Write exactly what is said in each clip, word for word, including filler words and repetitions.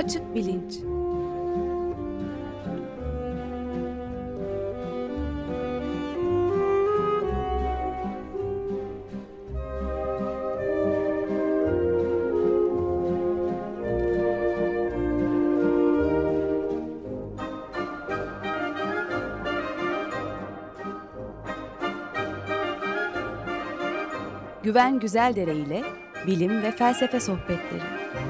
Açık Bilinç. Güven Güzeldere ile bilim ve felsefe sohbetleri.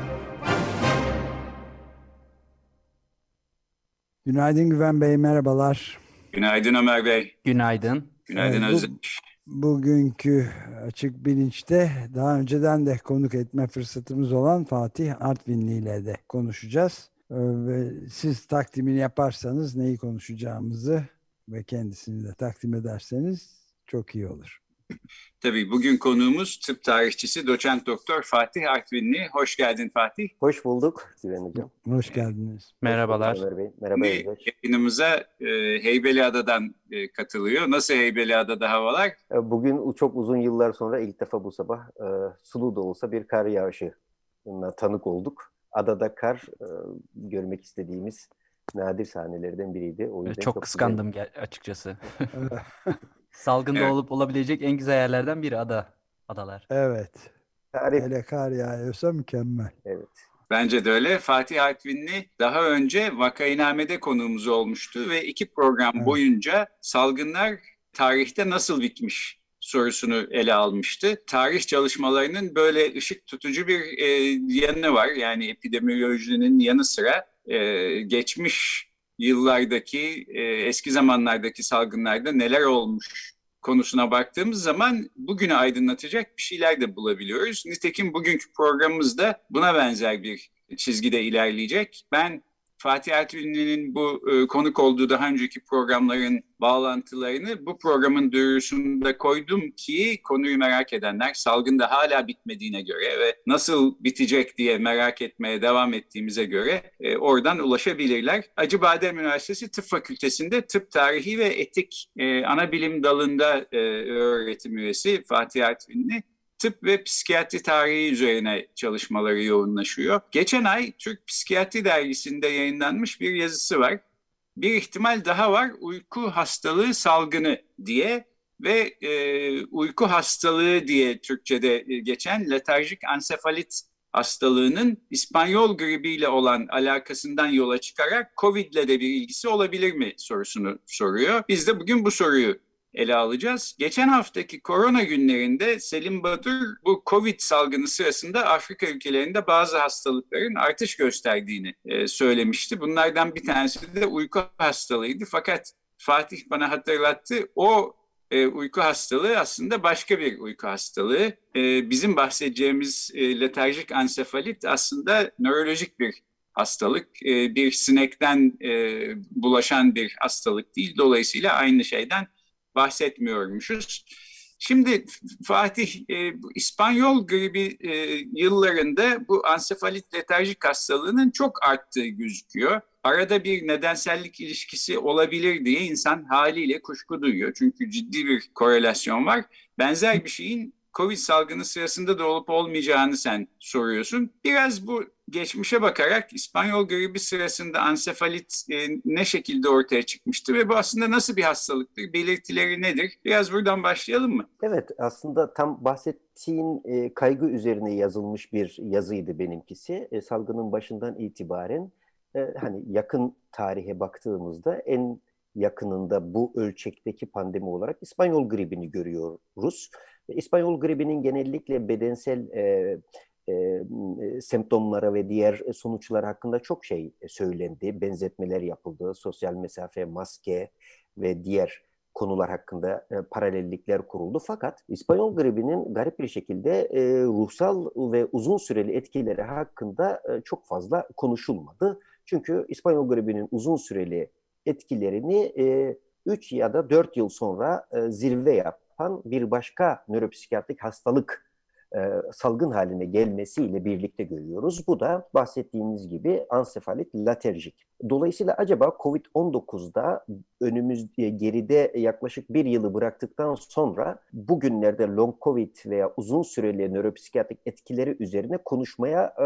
Günaydın Güven Bey, merhabalar. Günaydın Ömer Bey. Günaydın. Günaydın Evet, bu, Özdeş. bugünkü Açık Bilinç'te daha önceden de konuk etme fırsatımız olan Fatih Artvinli ile de konuşacağız. Ee, Ve siz takdimini yaparsanız neyi konuşacağımızı ve kendisini de takdim ederseniz çok iyi olur. Tabii bugün konuğumuz tıp tarihçisi doçent doktor Fatih Artvinli. Hoş geldin Fatih. Hoş bulduk Güven Hocam. Hoş geldiniz. Merhabalar. Hoş bulduk Ömer Bey. Merhaba Şimdi Özdeş. yayınımıza e, Heybeliada'dan e, katılıyor. Nasıl Heybeliada'da havalar? E, Bugün çok uzun yıllar sonra ilk defa bu sabah e, sulu da olsa bir kar yağışına tanık olduk. Adada kar e, görmek istediğimiz nadir sahnelerden biriydi. O yüzden Çok, çok kıskandım gel- açıkçası. Evet. Salgında Evet. olup olabilecek en güzel yerlerden biri ada. Adalar. Evet. Tarih. Hele kar yağıyorsa mükemmel. Evet. Bence de öyle. Fatih Artvinli daha önce Vakainame'de konuğumuz olmuştu ve iki program Evet. boyunca salgınlar tarihte nasıl bitmiş sorusunu ele almıştı. Tarih çalışmalarının böyle ışık tutucu bir e, yanı var. Yani epidemiolojinin yanı sıra e, geçmiş yıllardaki, e, eski zamanlardaki salgınlarda neler olmuş konusuna baktığımız zaman bugünü aydınlatacak bir şeyler de bulabiliyoruz. Nitekim bugünkü programımız da buna benzer bir çizgide ilerleyecek. Ben Fatih Artvinli'nin bu e, konuk olduğu daha önceki programların bağlantılarını bu programın duyurusunda koydum ki konuyu merak edenler salgın da hala bitmediğine göre ve nasıl bitecek diye merak etmeye devam ettiğimize göre e, oradan ulaşabilirler. Acıbadem Üniversitesi Tıp Fakültesi'nde tıp tarihi ve etik e, ana bilim dalında e, öğretim üyesi Fatih Artvinli. Tıp ve psikiyatri tarihi üzerine çalışmaları yoğunlaşıyor. Geçen ay Türk Psikiyatri Dergisi'nde yayınlanmış bir yazısı var. Bir ihtimal daha var, uyku hastalığı salgını diye ve e, uyku hastalığı diye Türkçe'de geçen letarjik ansefalit hastalığının İspanyol gribiyle olan alakasından yola çıkarak Covid'le de bir ilgisi olabilir mi sorusunu soruyor. Biz de bugün bu soruyu ele alacağız. Geçen haftaki korona günlerinde Selim Badur bu Covid salgını sırasında Afrika ülkelerinde bazı hastalıkların artış gösterdiğini e, söylemişti. Bunlardan bir tanesi de uyku hastalığıydı. Fakat Fatih bana hatırlattı, o e, uyku hastalığı aslında başka bir uyku hastalığı. E, bizim bahsedeceğimiz e, letarjik ansefalit aslında nörolojik bir hastalık. E, bir sinekten e, bulaşan bir hastalık değil. Dolayısıyla aynı şeyden bahsetmiyormuşuz. Şimdi Fatih, e, bu İspanyol gribi e, yıllarında bu ansefalit letarjik hastalığının çok arttığı gözüküyor. Arada bir nedensellik ilişkisi olabilir diye insan haliyle kuşku duyuyor. Çünkü ciddi bir korelasyon var. Benzer bir şeyin Covid salgını sırasında da olup olmayacağını sen soruyorsun. Biraz bu geçmişe bakarak İspanyol gribi sırasında ansefalit e, ne şekilde ortaya çıkmıştı ve bu aslında nasıl bir hastalıktır, belirtileri nedir? Biraz buradan başlayalım mı? Evet, aslında tam bahsettiğin e, kaygı üzerine yazılmış bir yazıydı benimkisi. E, salgının başından itibaren e, hani yakın tarihe baktığımızda en yakınında bu ölçekteki pandemi olarak İspanyol gribini görüyoruz. Ve İspanyol gribinin genellikle bedensel e, e, semptomlara ve diğer sonuçlar hakkında çok şey söylendi, benzetmeler yapıldı, sosyal mesafe, maske ve diğer konular hakkında e, paralellikler kuruldu. Fakat İspanyol gribinin garip bir şekilde e, ruhsal ve uzun süreli etkileri hakkında e, çok fazla konuşulmadı. Çünkü İspanyol gribinin uzun süreli etkilerini üç ya da dört yıl sonra e, zirve yapan bir başka nöropsikiyatrik hastalık e, salgın haline gelmesiyle birlikte görüyoruz. Bu da bahsettiğimiz gibi ansefalit letarjik. Dolayısıyla acaba kovid on dokuzda önümüz geride yaklaşık bir yılı bıraktıktan sonra bugünlerde long covid veya uzun süreli nöropsikiyatrik etkileri üzerine konuşmaya e,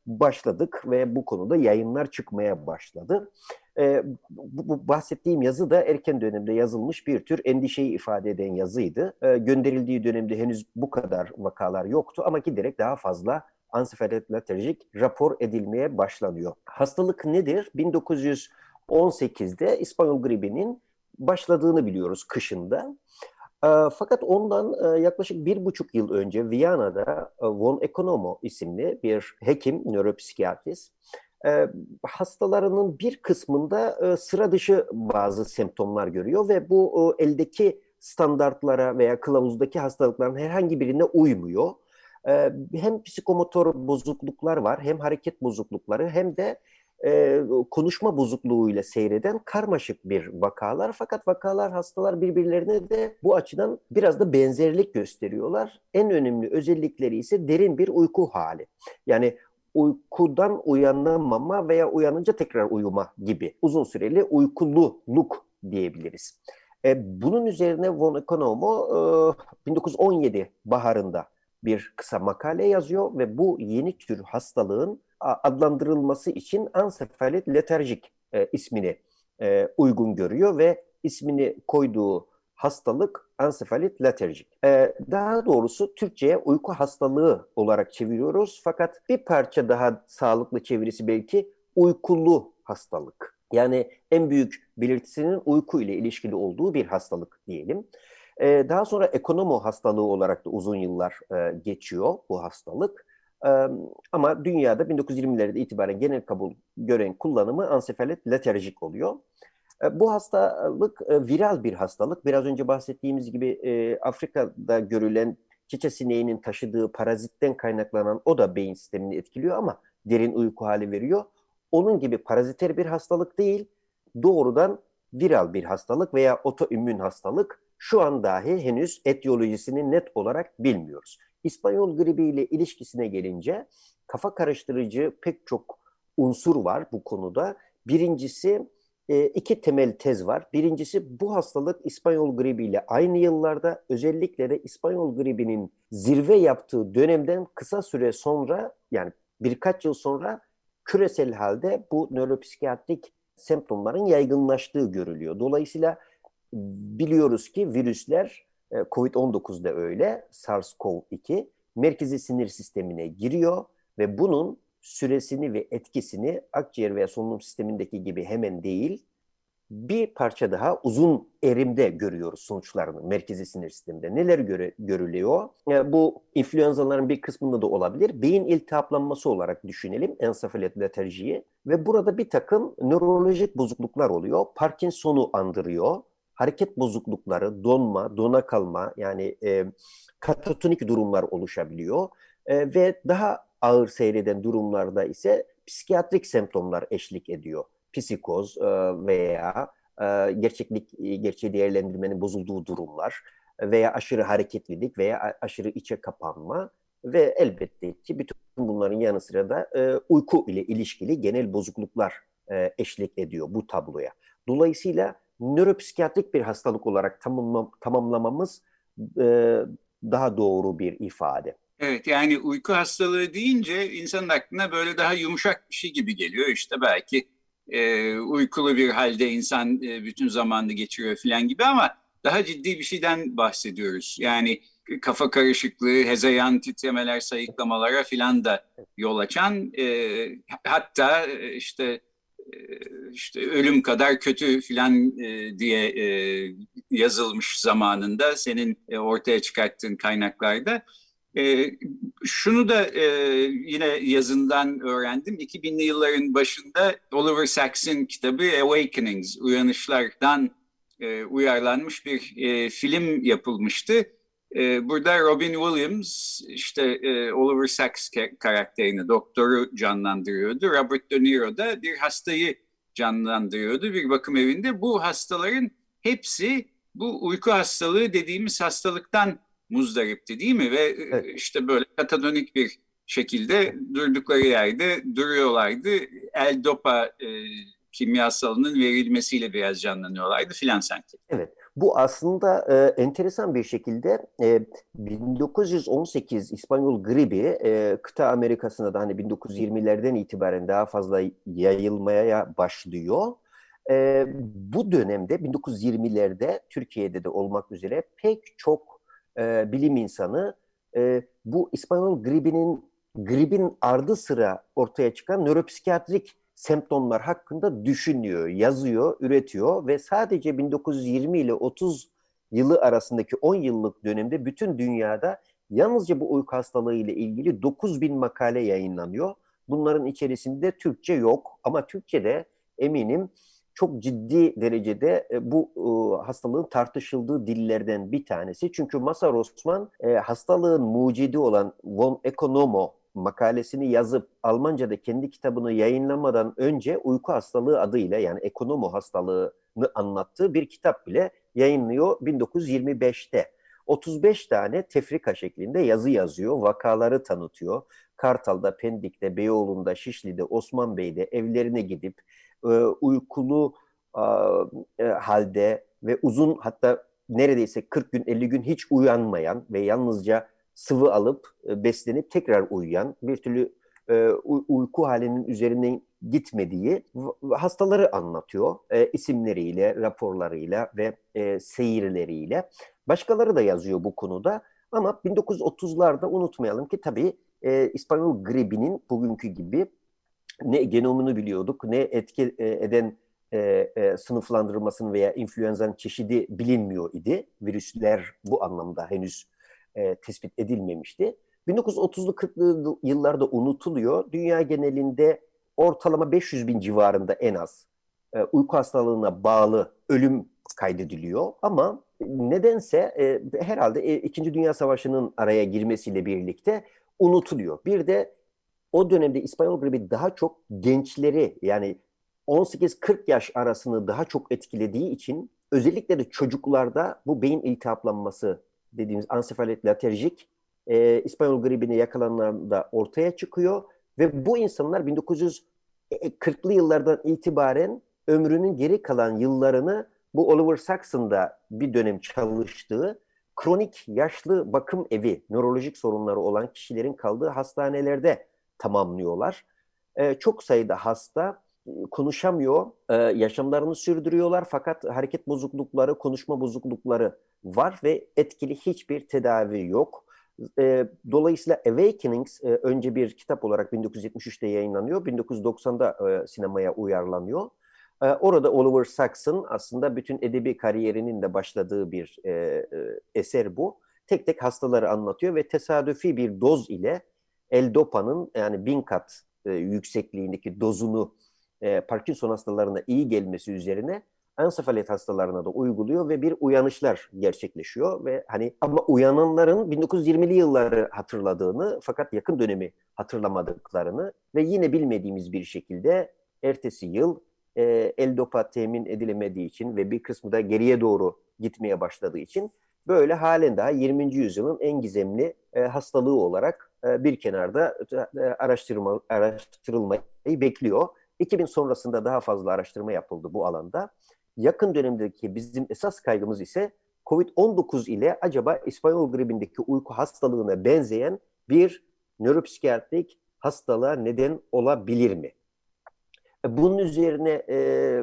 başladık ve bu konuda yayınlar çıkmaya başladı. E, bu, bu bahsettiğim yazı da erken dönemde yazılmış bir tür endişeyi ifade eden yazıydı. E, gönderildiği dönemde henüz bu kadar vakalar yoktu ama giderek daha fazla ansefalit letarjik rapor edilmeye başlanıyor. Hastalık nedir? bin dokuz yüz on sekizde İspanyol gribinin başladığını biliyoruz kışında. E, fakat ondan e, yaklaşık bir buçuk yıl önce Viyana'da e, Von Economo isimli bir hekim, nöropsikiyatrist, e, hastalarının bir kısmında e, sıra dışı bazı semptomlar görüyor ve bu e, eldeki standartlara veya kılavuzdaki hastalıkların herhangi birine uymuyor. E, hem psikomotor bozukluklar var, hem hareket bozuklukları, hem de e, konuşma bozukluğuyla seyreden karmaşık bir vakalar. Fakat vakalar, hastalar birbirlerine de bu açıdan biraz da benzerlik gösteriyorlar. En önemli özellikleri ise derin bir uyku hali. Yani uykudan uyanamama veya uyanınca tekrar uyuma gibi uzun süreli uykululuk diyebiliriz. E, bunun üzerine Von Economo e, bin dokuz yüz on yedi baharında bir kısa makale yazıyor ve bu yeni tür hastalığın adlandırılması için ansefalit letarjik e, ismini e, uygun görüyor ve ismini koyduğu hastalık ansefalit letarjik. E, daha doğrusu Türkçe'ye uyku hastalığı olarak çeviriyoruz fakat bir parça daha sağlıklı çevirisi belki uykulu hastalık. Yani en büyük belirtisinin uyku ile ilişkili olduğu bir hastalık diyelim. E, daha sonra ekonomo hastalığı olarak da uzun yıllar e, geçiyor bu hastalık. E, ama dünyada bin dokuz yüz yirmilerde itibaren genel kabul gören kullanımı ansefalit letarjik oluyor. E, bu hastalık e, viral bir hastalık. Biraz önce bahsettiğimiz gibi e, Afrika'da görülen çiçe sineğinin taşıdığı parazitten kaynaklanan o da beyin sistemini etkiliyor ama derin uyku hali veriyor. Onun gibi paraziter bir hastalık değil, doğrudan viral bir hastalık veya otoimmün hastalık. Şu an dahi henüz etiyolojisini net olarak bilmiyoruz. İspanyol gribi ile ilişkisine gelince kafa karıştırıcı pek çok unsur var bu konuda. Birincisi iki temel tez var. Birincisi bu hastalık İspanyol gribi ile aynı yıllarda, özellikle de İspanyol gribinin zirve yaptığı dönemden kısa süre sonra, yani birkaç yıl sonra küresel halde bu nöropsikiyatrik semptomların yaygınlaştığı görülüyor. Dolayısıyla biliyoruz ki virüsler, kovid on dokuz da öyle, SARS-CoV iki merkezi sinir sistemine giriyor ve bunun süresini ve etkisini akciğer veya solunum sistemindeki gibi hemen değil, bir parça daha uzun erimde görüyoruz sonuçlarını merkezi sinir sisteminde. Neler göre, görülüyor? Yani bu influenzaların bir kısmında da olabilir. Beyin iltihaplanması olarak düşünelim ensefalit letarjiyi ve burada bir takım nörolojik bozukluklar oluyor. Parkinson'u andırıyor. Hareket bozuklukları, donma, dona kalma, yani e, katatonik durumlar oluşabiliyor. E, ve daha ağır seyreden durumlarda ise psikiyatrik semptomlar eşlik ediyor. Psikoz e, veya e, gerçeklik, gerçeği değerlendirmenin bozulduğu durumlar veya aşırı hareketlilik veya aşırı içe kapanma ve elbette ki bütün bunların yanı sıra da e, uyku ile ilişkili genel bozukluklar e, eşlik ediyor bu tabloya. Dolayısıyla nöropsikiyatrik bir hastalık olarak tamamlam- tamamlamamız e, daha doğru bir ifade. Evet, yani uyku hastalığı deyince insanın aklına böyle daha yumuşak bir şey gibi geliyor. İşte belki e, uykulu bir halde insan e, bütün zamanını geçiriyor falan gibi ama daha ciddi bir şeyden bahsediyoruz. Yani kafa karışıklığı, hezeyan, titremeler, sayıklamalara falan da yol açan, e, hatta işte işte ölüm kadar kötü filan e, diye e, yazılmış zamanında senin e, ortaya çıkarttığın kaynaklarda. E, şunu da e, yine yazından öğrendim. iki binli yılların başında Oliver Sacks'in kitabı Awakenings, Uyanışlardan e, uyarlanmış bir e, film yapılmıştı. E, burada Robin Williams işte e, Oliver Sacks karakterini, doktoru canlandırıyordu. Robert De Niro da bir hastayı canlandırıyordu bir bakım evinde. Bu hastaların hepsi bu uyku hastalığı dediğimiz hastalıktan muzdaripti değil mi? Ve evet, işte böyle katatonik bir şekilde durdukları yerde duruyorlardı. L-dopa e, kimyasalının verilmesiyle biraz canlanıyorlardı filan sanki. Evet. Bu aslında e, enteresan bir şekilde e, bin dokuz yüz on sekiz İspanyol gribi e, kıta Amerika'sında da hani bin dokuz yüz yirmilerden itibaren daha fazla yayılmaya başlıyor. E, bu dönemde bin dokuz yüz yirmilerde Türkiye'de de olmak üzere pek çok e, bilim insanı e, bu İspanyol gribinin gribin ardı sıra ortaya çıkan nöropsikiyatrik semptomlar hakkında düşünüyor, yazıyor, üretiyor ve sadece bin dokuz yüz yirmi ile otuz yılı arasındaki on yıllık dönemde bütün dünyada yalnızca bu uyku hastalığı ile ilgili dokuz bin makale yayınlanıyor. Bunların içerisinde Türkçe yok ama Türkçe'de eminim çok ciddi derecede bu hastalığın tartışıldığı dillerden bir tanesi. Çünkü Mazhar Osman hastalığın mucidi olan von Economo makalesini yazıp Almanca'da kendi kitabını yayınlamadan önce uyku hastalığı adıyla yani ekonomo hastalığını anlattığı bir kitap bile yayınlıyor bin dokuz yüz yirmi beşte. otuz beş tane tefrika şeklinde yazı yazıyor, vakaları tanıtıyor. Kartal'da, Pendik'te, Beyoğlu'nda, Şişli'de, Osman Bey'de evlerine gidip e, uykulu e, halde ve uzun hatta neredeyse kırk gün elli gün hiç uyanmayan ve yalnızca sıvı alıp beslenip tekrar uyuyan, bir türlü e, uyku halinin üzerine gitmediği hastaları anlatıyor. E, isimleriyle, raporlarıyla ve e, seyirleriyle. Başkaları da yazıyor bu konuda. Ama bin dokuz yüz otuzlarda unutmayalım ki tabii e, İspanyol gribinin bugünkü gibi ne genomunu biliyorduk, ne etki e, eden e, e, sınıflandırılmasını veya influenza'nın çeşidi bilinmiyor idi. Virüsler bu anlamda henüz E, tespit edilmemişti. bin dokuz yüz otuzlu kırklı yıllarda unutuluyor. Dünya genelinde ortalama beş yüz bin civarında en az e, uyku hastalığına bağlı ölüm kaydediliyor. Ama nedense e, herhalde e, İkinci Dünya Savaşı'nın araya girmesiyle birlikte unutuluyor. Bir de o dönemde İspanyol gribi daha çok gençleri yani on sekiz kırk yaş arasını daha çok etkilediği için özellikle de çocuklarda bu beyin iltihaplanması dediğimiz ansefalit laterjik e, İspanyol gribine yakalananlarda ortaya çıkıyor ve bu insanlar bin dokuz yüz kırklı yıllardan itibaren ömrünün geri kalan yıllarını bu Oliver Sacks'ın da bir dönem çalıştığı kronik yaşlı bakım evi, nörolojik sorunları olan kişilerin kaldığı hastanelerde tamamlıyorlar. E, çok sayıda hasta konuşamıyor, e, yaşamlarını sürdürüyorlar fakat hareket bozuklukları, konuşma bozuklukları var ve etkili hiçbir tedavi yok. E, dolayısıyla Awakenings e, önce bir kitap olarak bin dokuz yüz yetmiş üçte yayınlanıyor, bin dokuz yüz doksan'da e, sinemaya uyarlanıyor. E, orada Oliver Sacks'ın aslında bütün edebi kariyerinin de başladığı bir e, e, eser bu. Tek tek hastaları anlatıyor ve tesadüfi bir doz ile L-Dopa'nın yani bin kat e, yüksekliğindeki dozunu e, Parkinson hastalarına iyi gelmesi üzerine ansefalit hastalarına da uyguluyor ve bir uyanışlar gerçekleşiyor ve hani ama uyananların bin dokuz yüz yirmili yılları hatırladığını fakat yakın dönemi hatırlamadıklarını ve yine bilmediğimiz bir şekilde ertesi yıl e, L-Dopa temin edilemediği için ve bir kısmı da geriye doğru gitmeye başladığı için böyle halen daha yirminci yüzyılın en gizemli e, hastalığı olarak e, bir kenarda e, araştırma, araştırılmayı bekliyor. iki bin sonrasında daha fazla araştırma yapıldı bu alanda. Yakın dönemdeki bizim esas kaygımız ise kovid on dokuz ile acaba İspanyol gribindeki uyku hastalığına benzeyen bir nöropsikiyatrik hastalığa neden olabilir mi? Bunun üzerine e,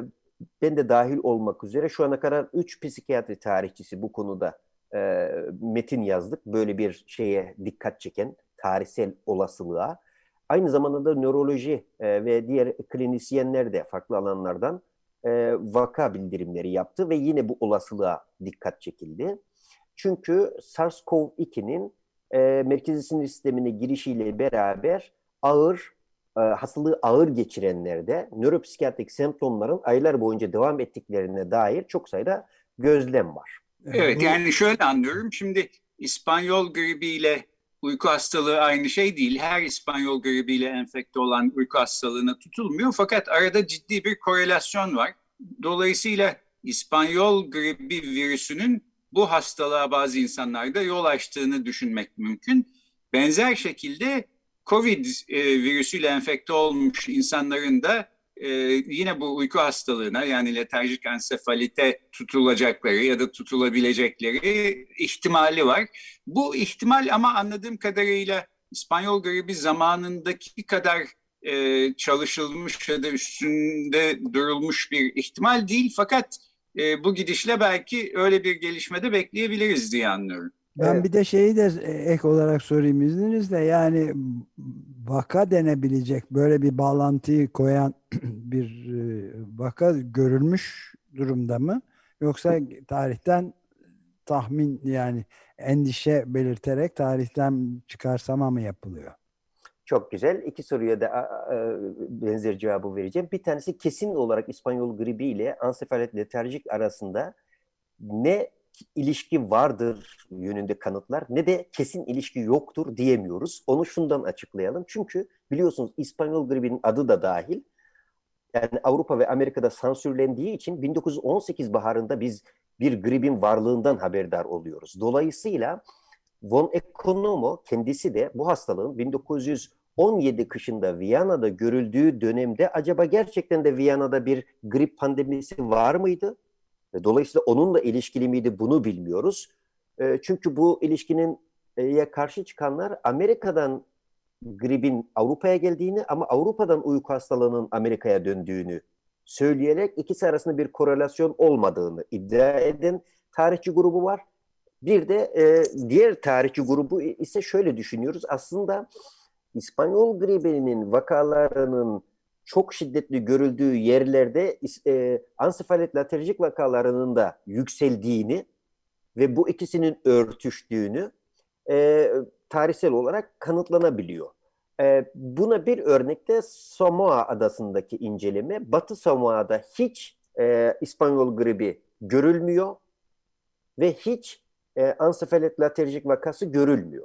ben de dahil olmak üzere şu ana kadar üç psikiyatri tarihçisi bu konuda e, metin yazdık. Böyle bir şeye dikkat çeken tarihsel olasılığa. Aynı zamanda da nöroloji e, ve diğer klinisyenler de farklı alanlardan e, vaka bildirimleri yaptı ve yine bu olasılığa dikkat çekildi. Çünkü SARS-CoV iki'nin e, merkezi sinir sistemine girişiyle beraber ağır, e, hastalığı ağır geçirenlerde nöropsikiyatrik semptomların aylar boyunca devam ettiklerine dair çok sayıda gözlem var. Evet, yani şöyle anlıyorum. Şimdi İspanyol gribiyle uyku hastalığı aynı şey değil. Her İspanyol gribiyle enfekte olan uyku hastalığına tutulmuyor. Fakat arada ciddi bir korelasyon var. Dolayısıyla İspanyol gribi virüsünün bu hastalığa bazı insanlarda yol açtığını düşünmek mümkün. Benzer şekilde COVID e, virüsüyle enfekte olmuş insanların da e, yine bu uyku hastalığına yani letarjik ansefalite tutulacakları ya da tutulabilecekleri ihtimali var. Bu ihtimal ama anladığım kadarıyla İspanyol gribi zamanındaki kadar e, çalışılmış ya da üstünde durulmuş bir ihtimal değil. Fakat e, bu gidişle belki öyle bir gelişmede bekleyebiliriz diye anlıyorum. Ben Evet. bir de şeyi de ek olarak sorayım izninizle. Yani vaka denebilecek böyle bir bağlantıyı koyan bir vaka görülmüş durumda mı? Yoksa tarihten tahmin yani endişe belirterek tarihten çıkarsama mı yapılıyor? Çok güzel. İki soruya da a, a, benzer cevabı vereceğim. Bir tanesi kesin olarak İspanyol gribi ile ansefalit letarjik arasında ne ilişki vardır yönünde kanıtlar ne de kesin ilişki yoktur diyemiyoruz. Onu şundan açıklayalım. Çünkü biliyorsunuz İspanyol gribinin adı da dahil. Yani Avrupa ve Amerika'da sansürlendiği için bin dokuz yüz on sekiz baharında biz bir gribin varlığından haberdar oluyoruz. Dolayısıyla von Economo kendisi de bu hastalığın bin dokuz yüz on yedi kışında Viyana'da görüldüğü dönemde acaba gerçekten de Viyana'da bir grip pandemisi var mıydı? Ve dolayısıyla onunla ilişkili miydi bunu bilmiyoruz. E, çünkü bu ilişkinin e, karşı çıkanlar Amerika'dan gripin Avrupa'ya geldiğini ama Avrupa'dan uyku hastalığının Amerika'ya döndüğünü söyleyerek ikisi arasında bir korelasyon olmadığını iddia eden tarihçi grubu var. Bir de e, diğer tarihçi grubu ise şöyle düşünüyoruz. Aslında İspanyol gribinin vakalarının çok şiddetli görüldüğü yerlerde e, ansefalit letarjik vakalarının da yükseldiğini ve bu ikisinin örtüştüğünü e, tarihsel olarak kanıtlanabiliyor. E, buna bir örnek de Samoa adasındaki inceleme. Batı Samoa'da hiç e, İspanyol gribi görülmüyor ve hiç e, ansefalit letarjik vakası görülmüyor.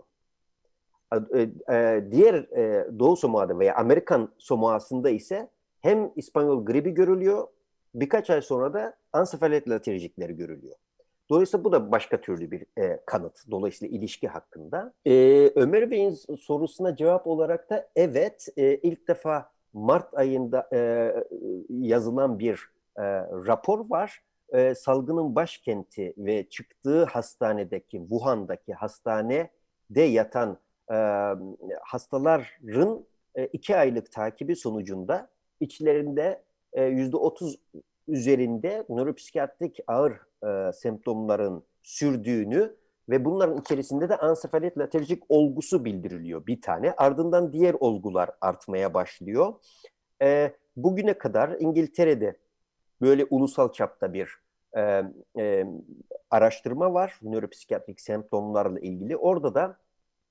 Diğer Doğu Samoa'da veya Amerikan Samoa'sında ise hem İspanyol gribi görülüyor, birkaç ay sonra da ansefalit letarjikleri görülüyor. Dolayısıyla bu da başka türlü bir e, kanıt. Dolayısıyla ilişki hakkında. E, Ömer Bey'in sorusuna cevap olarak da evet, e, ilk defa Mart ayında e, yazılan bir e, rapor var. E, salgının başkenti ve çıktığı hastanedeki, Wuhan'daki hastanede yatan e, hastaların e, iki aylık takibi sonucunda içlerinde e, yüzde otuz üzerinde nöropsikiyatrik ağır e, semptomların sürdüğünü ve bunların içerisinde de ansefalit letarjik olgusu bildiriliyor bir tane. Ardından diğer olgular artmaya başlıyor. E, bugüne kadar İngiltere'de böyle ulusal çapta bir e, e, araştırma var nöropsikiyatrik semptomlarla ilgili. Orada da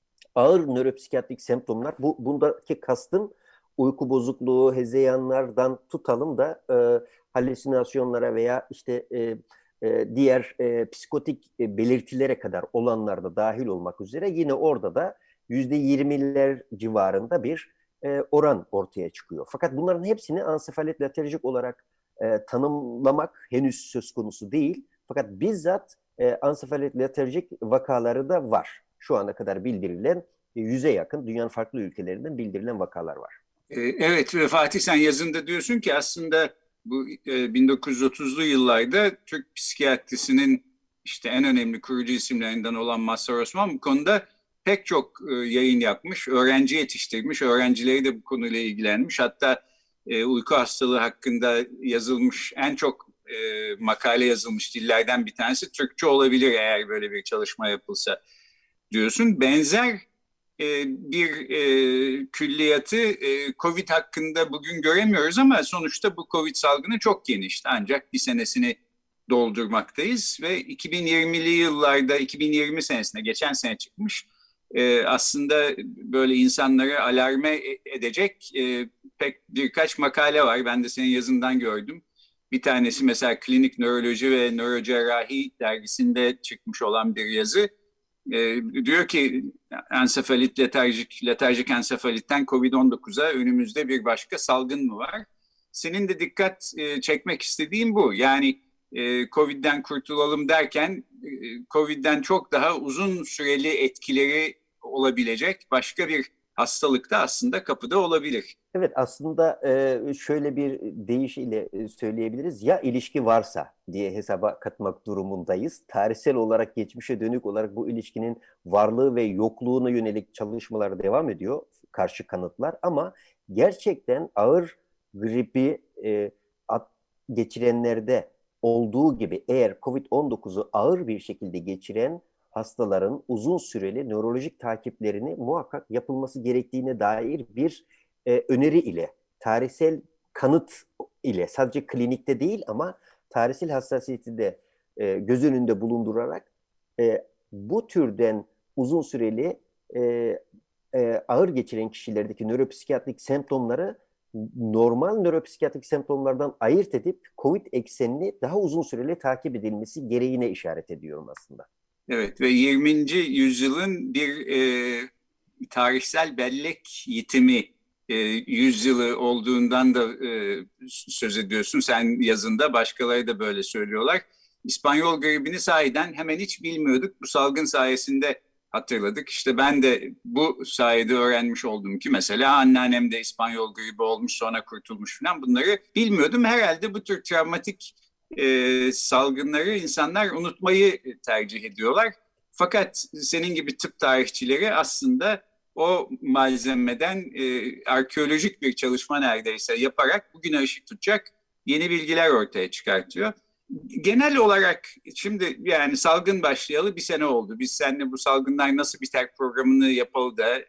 ağır nöropsikiyatrik semptomlar, bu bundaki kastım uyku bozukluğu, hezeyanlardan tutalım da e, halüsinasyonlara veya işte e, e, diğer e, psikotik e, belirtilere kadar olanlar da dahil olmak üzere yine orada da yüzde yirmiler civarında bir e, oran ortaya çıkıyor. Fakat bunların hepsini ansefalit letarjik olarak e, tanımlamak henüz söz konusu değil. Fakat bizzat e, ansefalit letarjik vakaları da var. Şu ana kadar bildirilen yüze yakın dünyanın farklı ülkelerinden bildirilen vakalar var. Evet Fatih, sen yazında diyorsun ki aslında bu bin dokuz yüz otuzlu yıllarda Türk psikiyatrisinin işte en önemli kurucu isimlerinden olan Mazhar Osman bu konuda pek çok yayın yapmış, öğrenci yetiştirmiş, öğrencileri de bu konuyla ilgilenmiş. Hatta e, uyku hastalığı hakkında yazılmış en çok e, makale yazılmış dillerden bir tanesi Türkçe olabilir eğer böyle bir çalışma yapılsa diyorsun. Benzer e, bir e, külliyatı e, Covid hakkında bugün göremiyoruz ama sonuçta bu Covid salgını çok genişti. Ancak bir senesini doldurmaktayız ve iki bin yirmili yıllarda, iki bin yirmi senesinde, geçen sene çıkmış e, aslında böyle insanları alarme edecek e, pek birkaç makale var. Ben de senin yazından gördüm. Bir tanesi mesela Klinik Nöroloji ve Nörocerrahi dergisinde çıkmış olan bir yazı. E, diyor ki ensefalit, letarjik, letarjik ensefalitten kovid on dokuza önümüzde bir başka salgın mı var? Senin de dikkat e, çekmek istediğin bu. Yani e, Covid'den kurtulalım derken e, Covid'den çok daha uzun süreli etkileri olabilecek başka bir hastalık da aslında kapıda olabilir. Evet, aslında şöyle bir deyişiyle söyleyebiliriz. Ya ilişki varsa diye hesaba katmak durumundayız. Tarihsel olarak geçmişe dönük olarak bu ilişkinin varlığı ve yokluğuna yönelik çalışmalar devam ediyor. Karşı kanıtlar, ama gerçekten ağır gripi e, at, geçirenlerde olduğu gibi eğer kovid on dokuzu ağır bir şekilde geçiren hastaların uzun süreli nörolojik takiplerini muhakkak yapılması gerektiğine dair bir e, öneri ile, tarihsel kanıt ile, sadece klinikte değil ama tarihsel hassasiyeti de e, göz önünde bulundurarak e, bu türden uzun süreli e, e, ağır geçiren kişilerdeki nöropsikiyatrik semptomları normal nöropsikiyatrik semptomlardan ayırt edip COVID eksenini daha uzun süreli takip edilmesi gereğine işaret ediyorum aslında. Evet, ve yirminci yüzyılın bir e, tarihsel bellek yitimi e, yüzyılı olduğundan da e, söz ediyorsun. Sen yazında, başkaları da böyle söylüyorlar. İspanyol gribini sahiden hemen hiç bilmiyorduk. Bu salgın sayesinde hatırladık. İşte ben de bu sayede öğrenmiş oldum ki mesela anneannem de İspanyol gribi olmuş, sonra kurtulmuş falan, bunları bilmiyordum. Herhalde bu tür travmatik e, salgınları insanlar unutmayı tercih ediyorlar. Fakat senin gibi tıp tarihçileri aslında o malzemeden e, arkeolojik bir çalışma neredeyse yaparak bugüne ışık tutacak yeni bilgiler ortaya çıkartıyor. Genel olarak şimdi yani salgın başlayalı bir sene oldu. Biz seninle bu salgınlar nasıl biter programını yapalı da e,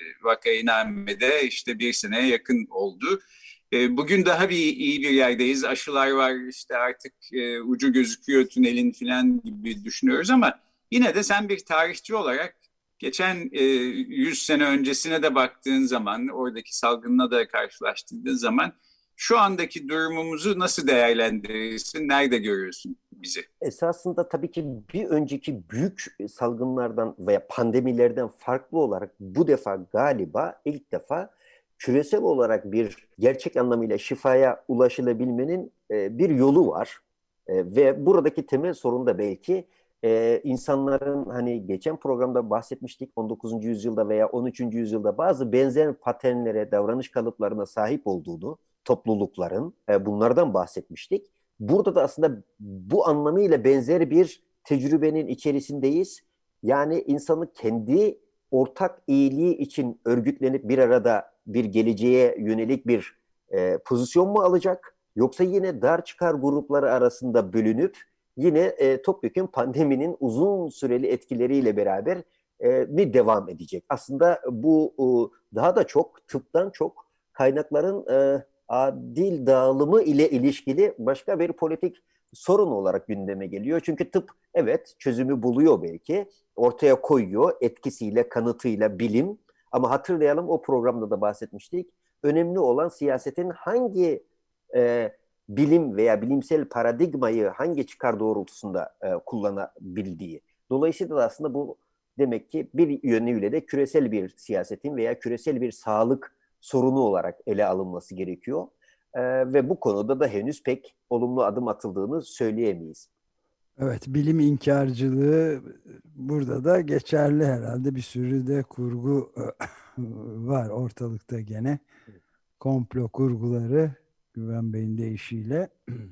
Vakainame'de işte bir seneye yakın oldu. E, bugün daha bir iyi bir yerdeyiz. Aşılar var, işte artık e, ucu gözüküyor tünelin falan gibi düşünüyoruz ama yine de sen bir tarihçi olarak geçen e, yüz sene öncesine de baktığın zaman, oradaki salgınla da karşılaştırdığın zaman şu andaki durumumuzu nasıl değerlendirirsin? Nerede görüyorsun bizi? Esasında tabii ki bir önceki büyük salgınlardan veya pandemilerden farklı olarak bu defa galiba ilk defa küresel olarak bir gerçek anlamıyla şifaya ulaşılabilmenin e, bir yolu var. E, ve buradaki temel sorun da belki e, insanların, hani geçen programda bahsetmiştik, on dokuzuncu yüzyılda veya on üçüncü yüzyılda bazı benzer paternlere, davranış kalıplarına sahip olduğunu, toplulukların, e, bunlardan bahsetmiştik. Burada da aslında bu anlamıyla benzer bir tecrübenin içerisindeyiz. Yani insanı kendi ortak iyiliği için örgütlenip bir arada bir geleceğe yönelik bir e, pozisyon mu alacak? Yoksa yine dar çıkar grupları arasında bölünüp yine e, topyekun pandeminin uzun süreli etkileriyle beraber e, mi devam edecek? Aslında bu e, daha da çok tıptan çok kaynakların e, adil dağılımı ile ilişkili başka bir politik sorun olarak gündeme geliyor. Çünkü tıp evet çözümü buluyor belki, ortaya koyuyor etkisiyle, kanıtıyla, bilim. Ama hatırlayalım, o programda da bahsetmiştik. Önemli olan siyasetin hangi e, bilim veya bilimsel paradigmayı hangi çıkar doğrultusunda e, kullanabildiği. Dolayısıyla da aslında bu demek ki bir yönüyle de küresel bir siyasetin veya küresel bir sağlık sorunu olarak ele alınması gerekiyor. Ee, ve bu konuda da henüz pek olumlu adım atıldığını söyleyemeyiz. Evet, bilim inkarcılığı burada da geçerli herhalde. Bir sürü de kurgu var ortalıkta gene. Komplo kurguları Güven Bey'in deyişiyle.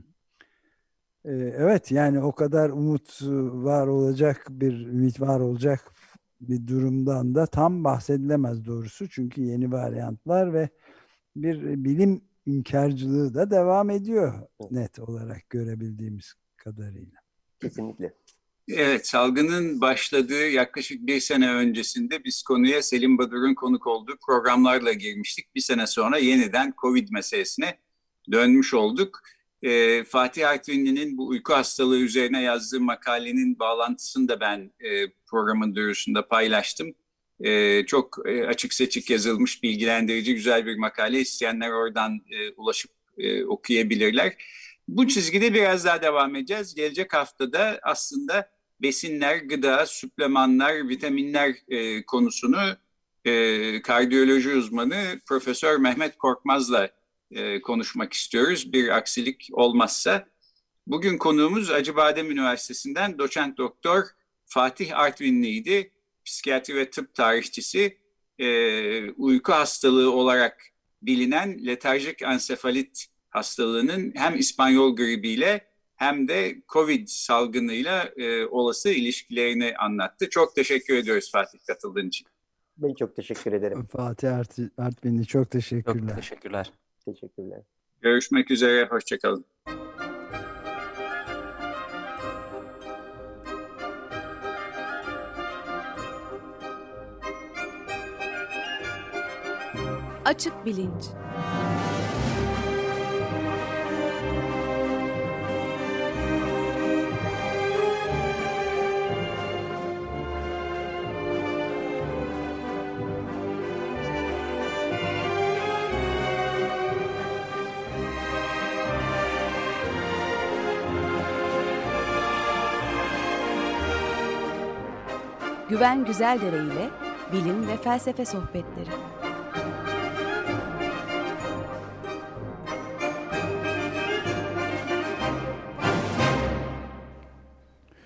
Evet, yani o kadar umut var olacak, bir ümit var olacak bir durumdan da tam bahsedilemez doğrusu. Çünkü yeni varyantlar ve bir bilim inkarcılığı da devam ediyor net olarak görebildiğimiz kadarıyla. Kesinlikle. Evet, salgının başladığı yaklaşık bir sene öncesinde biz konuya Selim Badur'un konuk olduğu programlarla girmiştik. Bir sene sonra yeniden Covid meselesine dönmüş olduk. Ee, Fatih Artvinli'nin bu uyku hastalığı üzerine yazdığı makalenin bağlantısını da ben e, programın duyurusunda paylaştım. Ee, çok e, açık seçik yazılmış, bilgilendirici, güzel bir makale. İsteyenler oradan e, ulaşıp e, okuyabilirler. Bu çizgide biraz daha devam edeceğiz. Gelecek haftada aslında besinler, gıda, süplemanlar, vitaminler e, konusunu e, kardiyoloji uzmanı Profesör Mehmet Korkmaz'la e, konuşmak istiyoruz. Bir aksilik olmazsa. Bugün konuğumuz Acıbadem Üniversitesi'nden doçent doktor Fatih Artvinli'ydi. Psikiyatri ve tıp tarihçisi. e, uyku hastalığı olarak bilinen letarjik ansefalit hastalığının hem İspanyol gribiyle hem de Covid salgınıyla e, olası ilişkilerini anlattı. Çok teşekkür ediyoruz Fatih katıldığın için. Ben çok teşekkür ederim. Fatih Art Artvinli çok teşekkürler. Çok teşekkürler. Teşekkürler. Görüşmek üzere, hoşçakalın. Açık Bilinç. Güven Güzeldere ile bilim ve felsefe sohbetleri.